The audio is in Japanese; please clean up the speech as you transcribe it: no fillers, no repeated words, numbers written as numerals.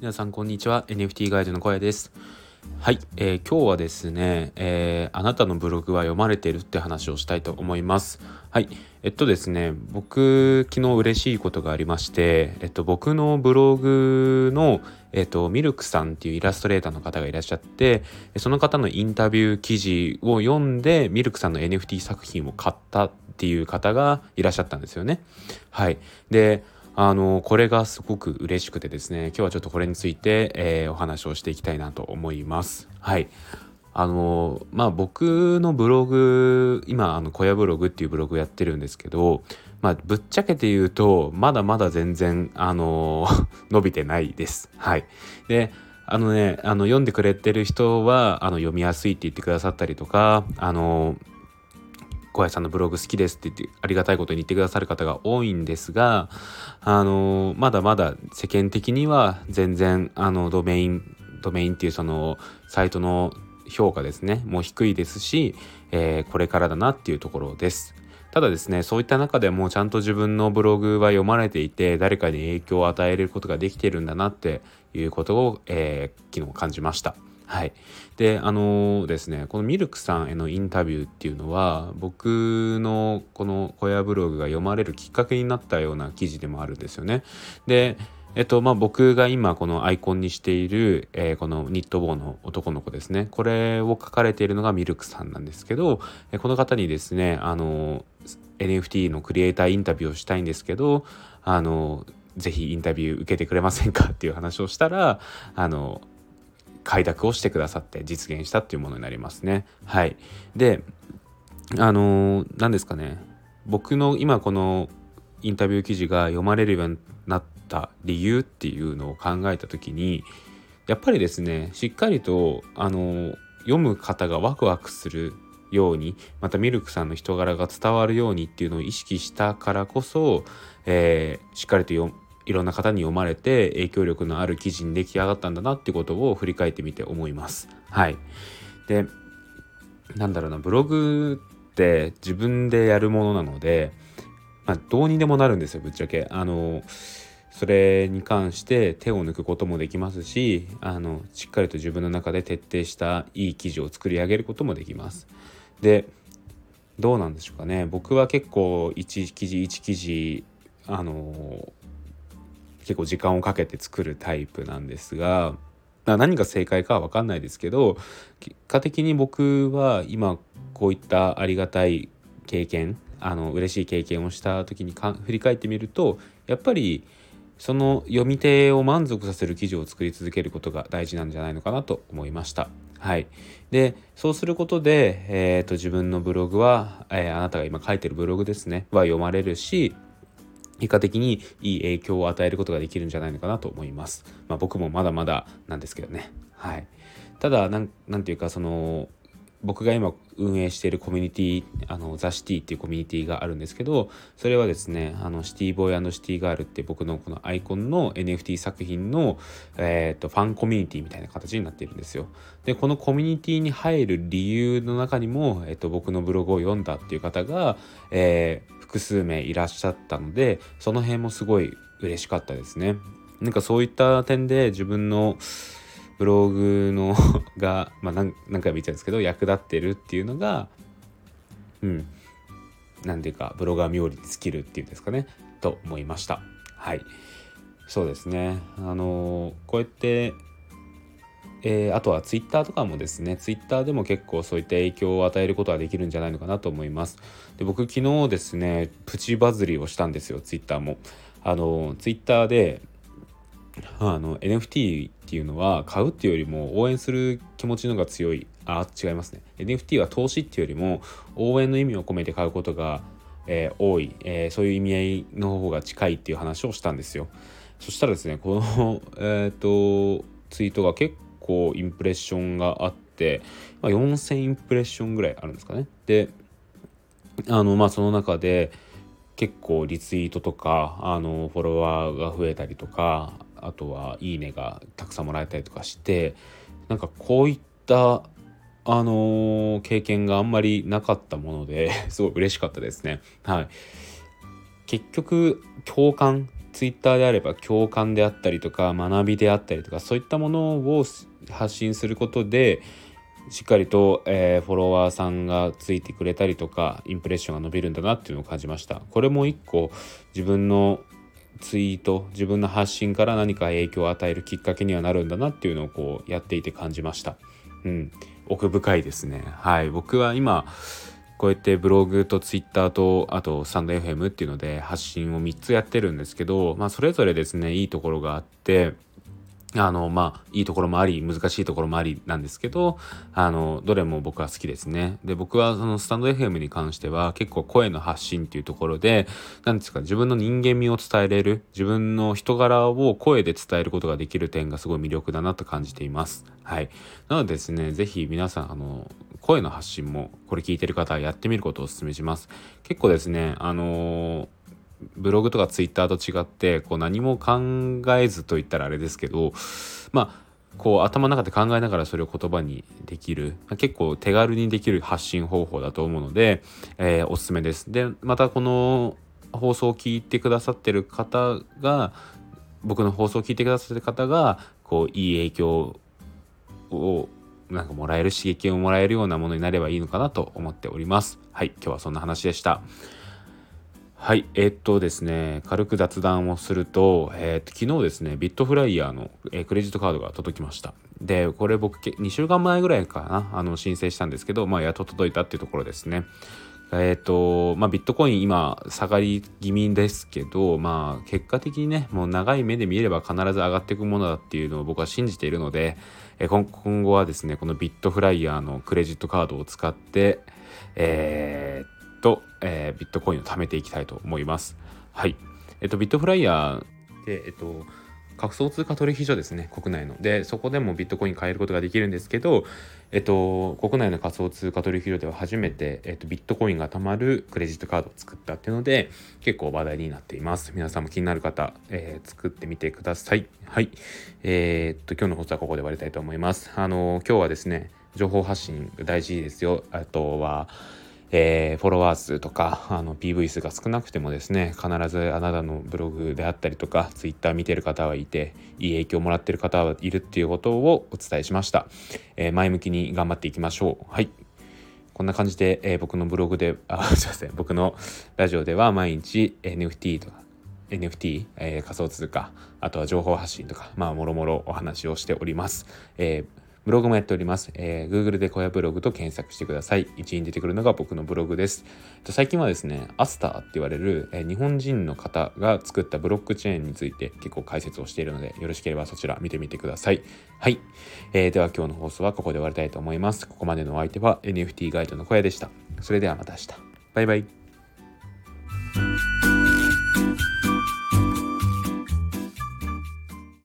皆さんこんにちは。 NFT ガイドの小屋です。はい、今日はですね、あなたのブログは読まれているって話をしたいと思います。はい、ですね、僕昨日嬉しいことがありまして、僕のブログのミルクさんっていうイラストレーターの方がいらっしゃって、その方のインタビュー記事を読んでミルクさんの NFT 作品を買ったっていう方がいらっしゃったんですよね。はい。で、これがすごく嬉しくてですね、今日はちょっとこれについて、お話をしていきたいなと思います。はい。僕のブログ、今小屋ブログっていうブログをやってるんですけど、ぶっちゃけて言うとまだまだ全然伸びてないです。はい。で、読んでくれてる人は読みやすいって言ってくださったりとか、小林さんのブログ好きですって言ってありがたいことに言ってくださる方が多いんですが、まだまだ世間的には全然ドメインっていうそのサイトの評価ですね、もう低いですし、これからだなっていうところです。ただですね、そういった中でもちゃんと自分のブログは読まれていて、誰かに影響を与えれることができているんだなっていうことを、昨日感じました。はい。で、ですね、このミルクさんへのインタビューっていうのは、僕のこの小屋ブログが読まれるきっかけになったような記事でもあるんですよね。で、僕が今このアイコンにしている、このニット帽の男の子ですね。これを書かれているのがミルクさんなんですけど、この方にですね、NFT のクリエイターインタビューをしたいんですけど、ぜひインタビュー受けてくれませんかっていう話をしたら、快諾をしてくださって実現したっていうものになりますね。はい。で、何ですかね。僕の今このインタビュー記事が読まれるようになった理由っていうのを考えた時に、やっぱりですね、しっかりと読む方がワクワクするように、またミルクさんの人柄が伝わるようにっていうのを意識したからこそ、しっかりといろんな方に読まれて影響力のある記事に出来上がったんだなってことを振り返ってみて思います。はい。で、ブログって自分でやるものなので、どうにでもなるんですよ、ぶっちゃけ。それに関して手を抜くこともできますし、しっかりと自分の中で徹底したいい記事を作り上げることもできます。で、どうなんでしょうかね。僕は結構一記事一記事結構時間をかけて作るタイプなんですが、何が正解かは分かんないですけど、結果的に僕は今こういったありがたい経験、嬉しい経験をした時に振り返ってみると、やっぱりその読み手を満足させる記事を作り続けることが大事なんじゃないのかなと思いました。はい。で、そうすることで、自分のブログは、あなたが今書いてるブログですねは読まれるし、結果的にいい影響を与えることができるんじゃないのかなと思います。僕もまだまだなんですけどね。はい。ただなんていうか、僕が今運営しているコミュニティ、ザ・シティっていうコミュニティがあるんですけど、それはですね、シティボーイ&シティガールって僕のこのアイコンの NFT 作品の、ファンコミュニティみたいな形になっているんですよ。で、このコミュニティに入る理由の中にも、僕のブログを読んだっていう方が、複数名いらっしゃったので、その辺もすごい嬉しかったですね。なんかそういった点で自分のブログのが、何回も言っちゃうんですけど、役立ってるっていうのが、なんていうか、ブロガー冥利に尽きるっていうんですかね、と思いました。はい。そうですね。こうやって、あとはツイッターとかもですね、ツイッターでも結構そういった影響を与えることはできるんじゃないのかなと思います。で、僕昨日ですね、プチバズりをしたんですよ、ツイッターも。ツイッターでNFT っていうのは買うっていうよりも応援する気持ちの方が強い。違いますね。NFT は投資っていうよりも応援の意味を込めて買うことが、多い、そういう意味合いの方が近いっていう話をしたんですよ。そしたらですね、この、ツイートが結構インプレッションがあって、4000インプレッションぐらいあるんですかね。で、その中で結構リツイートとかフォロワーが増えたりとか、あとはいいねがたくさんもらえたりとかして、なんかこういった経験があんまりなかったものですごい嬉しかったですね。はい。結局共感ツイッターであれば共感であったりとか学びであったりとか、そういったものを発信することでしっかりと、フォロワーさんがついてくれたりとか、インプレッションが伸びるんだなっていうのを感じました。これも一個自分のツイート、自分の発信から何か影響を与えるきっかけにはなるんだなっていうのをこうやっていて感じました。奥深いですね。はい、僕は今こうやってブログとツイッターとあとスタンド FM っていうので発信を3つやってるんですけど、それぞれですねいいところがあって、いいところもあり難しいところもありなんですけど、どれも僕は好きですね。で、僕はそのスタンド FM に関しては結構声の発信っていうところで、なんですか、自分の人間味を伝えれる、自分の人柄を声で伝えることができる点がすごい魅力だなと感じています。はい。なのでですね、ぜひ皆さん声の発信もこれ聞いてる方はやってみることをお勧めします。結構ですね、ブログとかツイッターと違ってこう何も考えずと言ったらあれですけど、こう頭の中で考えながらそれを言葉にできる、結構手軽にできる発信方法だと思うので、おすすめです。で、またこの放送を聞いてくださってる方が、僕の放送を聞いてくださってる方がこういい影響をなんかもらえる、刺激をもらえるようなものになればいいのかなと思っております。はい、今日はそんな話でした。はい、ですね、軽く雑談をすると、昨日ですね、ビットフライヤーの、クレジットカードが届きました。で、これ僕2週間前ぐらいかな、申請したんですけど、やっと届いたっていうところですね。ビットコイン今下がり気味ですけど、結果的にね、もう長い目で見れば必ず上がっていくものだっていうのを僕は信じているので、今後はですね、このビットフライヤーのクレジットカードを使って、ビットコインを貯めていきたいと思います。はい。ビットフライヤーで、仮想通貨取引所ですね、国内の。で、そこでもビットコイン買えることができるんですけど、国内の仮想通貨取引所では初めて、ビットコインが貯まるクレジットカードを作ったっていうので、結構話題になっています。皆さんも気になる方、作ってみてください。はい。今日の放送はここで終わりたいと思います。今日はですね、情報発信大事ですよ。あとは、フォロワー数とかPV 数が少なくてもですね、必ずあなたのブログであったりとかツイッター見てる方はいて、いい影響をもらってる方はいるっていうことをお伝えしました。前向きに頑張っていきましょう。はい、こんな感じで、僕のブログですいません、僕のラジオでは毎日 NFT とかNFT、仮想通貨、あとは情報発信とかもろもろお話をしております。ブログもやっております。Google で小屋ブログと検索してください。1位に出てくるのが僕のブログです。最近はですね、アスターって言われる、日本人の方が作ったブロックチェーンについて結構解説をしているので、よろしければそちら見てみてください。はい。では今日の放送はここで終わりたいと思います。ここまでのお相手は NFT ガイドの小屋でした。それではまた明日。バイバイ。